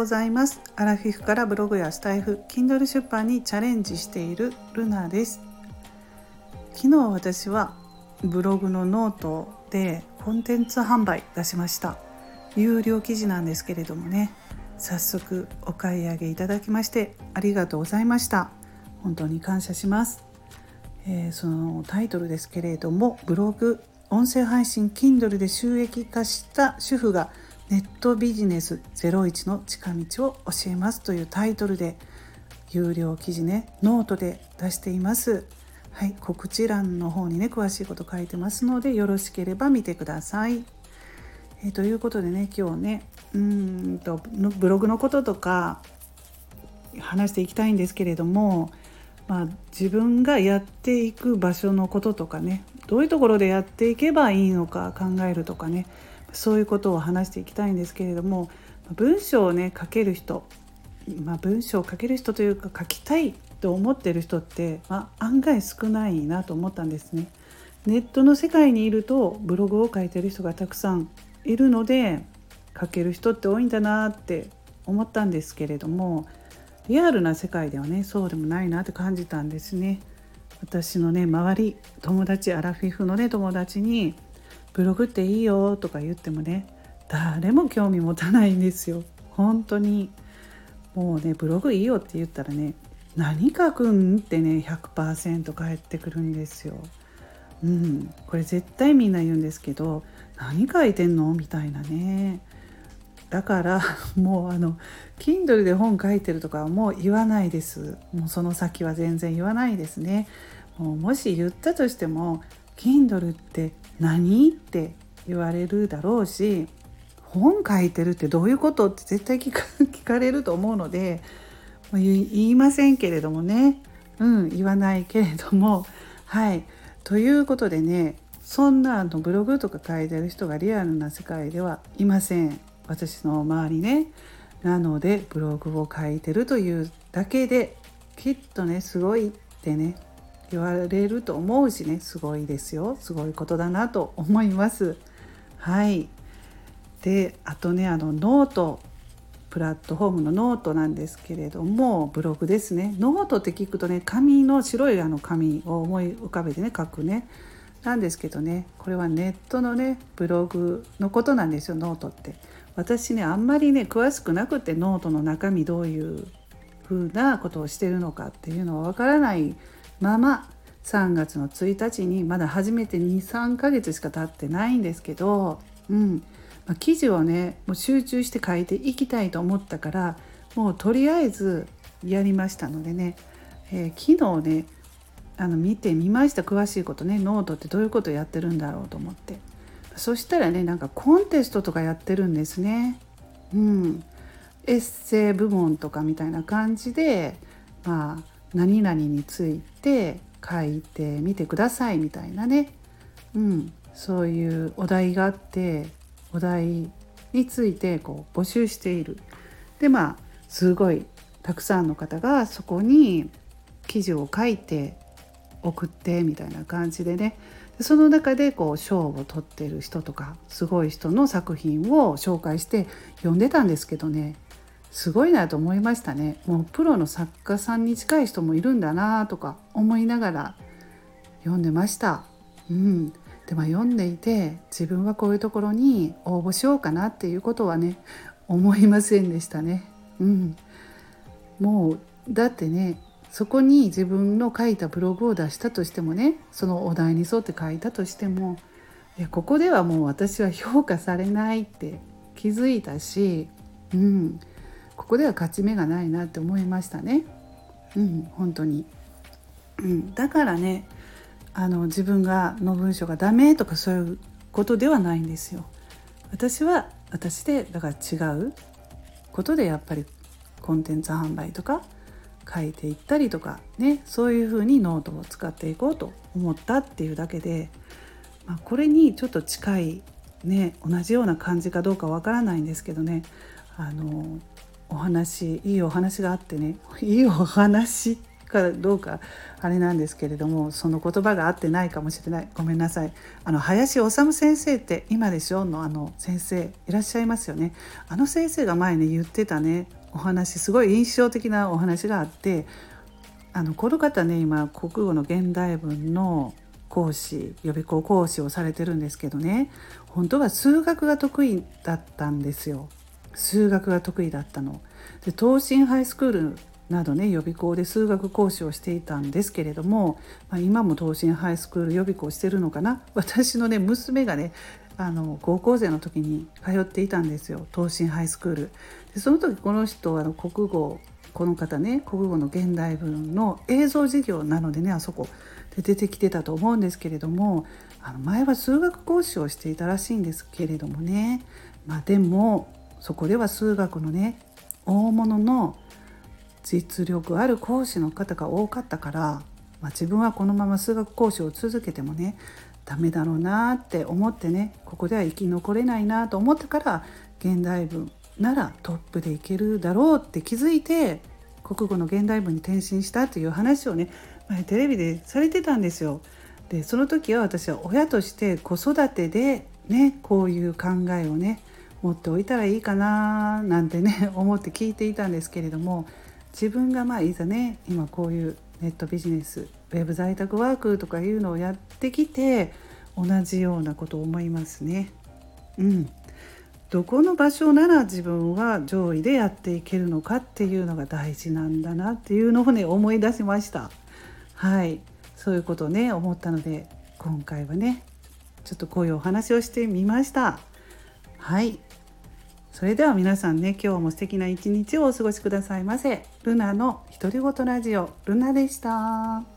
ございます。アラフィフからブログやスタイフ、Kindle 出版にチャレンジしているルナです。昨日私はブログのノートでコンテンツ販売出しました。有料記事なんですけれどもね、早速お買い上げいただきましてありがとうございました。本当に感謝します。そのタイトルですけれども、ブログ、音声配信 Kindle で収益化した主婦がネットビジネス01の近道を教えますというタイトルで有料記事ね、ノートで出しています。はい、告知欄の方にね詳しいこと書いてますので、よろしければ見てください。ということでね、今日ねブログのこととか話していきたいんですけれども、自分がやっていく場所のこととかね、どういうところでやっていけばいいのか考えるとかね、そういうことを話していきたいんですけれども、文章をね書ける人、文章を書ける人というか書きたいと思ってる人って、案外少ないなと思ったんですね。ネットの世界にいるとブログを書いてる人がたくさんいるので、書ける人って多いんだなって思ったんですけれども、リアルな世界ではねそうでもないなって感じたんですね。私のね周り、友達、アラフィフのね友達にブログっていいよとか言ってもね、誰も興味持たないんですよ。本当にもうね、ブログいいよって言ったらね、何書くんってね 100% 返ってくるんですよ。これ絶対みんな言うんですけど、何書いてんのみたいなね。だからもうKindle で本書いてるとかはもう言わないです。もうその先は全然言わないですね。もし言ったとしても Kindle って何って言われるだろうし、本書いてるってどういうことって絶対聞かれると思うので、言いませんけれどもね、言わないけれども、はい、ということでね、そんなブログとか書いてる人がリアルな世界ではいません。私の周りね。なのでブログを書いてるというだけできっとねすごいってね言われると思うしね、すごいですよ、すごいことだなと思います。はい。で、あとねノート、プラットフォームのノートなんですけれども、ブログですね。ノートって聞くとね、紙の白い紙を思い浮かべてね書くねなんですけどね、これはネットのねブログのことなんですよ、ノートって。私ねあんまりね詳しくなくて、ノートの中身どういう風なことをしてるのかっていうのはわからないまま、3月の1日にまだ始めて 2,3 ヶ月しか経ってないんですけど、記事をねもう集中して書いていきたいと思ったから、もうとりあえずやりましたのでね、昨日ね見てみました。詳しいことね、ノートってどういうことやってるんだろうと思って。そしたらね、コンテストとかやってるんですね。エッセイ部門とかみたいな感じで、何々について書いてみてくださいみたいなね、そういうお題があって、お題について募集している。ですごいたくさんの方がそこに記事を書いて送ってみたいな感じでね、その中で賞を取ってる人とかすごい人の作品を紹介して読んでたんですけどね、すごいなと思いましたね。もうプロの作家さんに近い人もいるんだなとか思いながら読んでました。で読んでいて、自分はこういうところに応募しようかなっていうことはね思いませんでしたね。もうだってね、そこに自分の書いたブログを出したとしてもね、そのお題に沿って書いたとしても、ここではもう私は評価されないって気づいたし、ここでは勝ち目がないなって思いましたね。本当に。だからね、自分の文章がダメとかそういうことではないんですよ。私は私で、だから違うことでやっぱりコンテンツ販売とか書いていったりとかね、そういう風にノートを使っていこうと思ったっていうだけで、これにちょっと近いね、同じような感じかどうかわからないんですけどね、いいお話があってね、いいお話かどうかあれなんですけれども、その言葉が合ってないかもしれない、ごめんなさい。林修先生って今でしょの先生いらっしゃいますよね。先生が前ね言ってたね、 お話、すごい印象的なお話があって、この方ね、今国語の現代文の講師、予備校講師をされてるんですけどね、本当は数学が得意だったんですよ。数学が得意だったので、東進ハイスクールなどね、予備校で数学講師をしていたんですけれども、今も東進ハイスクール予備校してるのかな。私のね娘がね、高校生の時に通っていたんですよ、東進ハイスクールで。その時この人は国語、この方ね、国語の現代文の映像授業なのでね、あそこで出てきてたと思うんですけれども、前は数学講師をしていたらしいんですけれどもね、でもそこでは数学のね、大物の実力ある講師の方が多かったから、自分はこのまま数学講師を続けてもねダメだろうなって思ってね、ここでは生き残れないなと思ったから、現代文ならトップでいけるだろうって気づいて、国語の現代文に転身したという話をね、前テレビでされてたんですよ。でその時は私は親として子育てでね、こういう考えをね持っておいたらいいかななんてね思って聞いていたんですけれども、自分がいざね、今こういうネットビジネス、ウェブ在宅ワークとかいうのをやってきて、同じようなことを思いますね。どこの場所なら自分は上位でやっていけるのかっていうのが大事なんだなっていうのをね思い出しました。はい、そういうことをね思ったので、今回はねちょっとこういうお話をしてみました。はい、それでは皆さんね、今日も素敵な一日をお過ごしくださいませ。ルナの独り言ラジオ、ルナでした。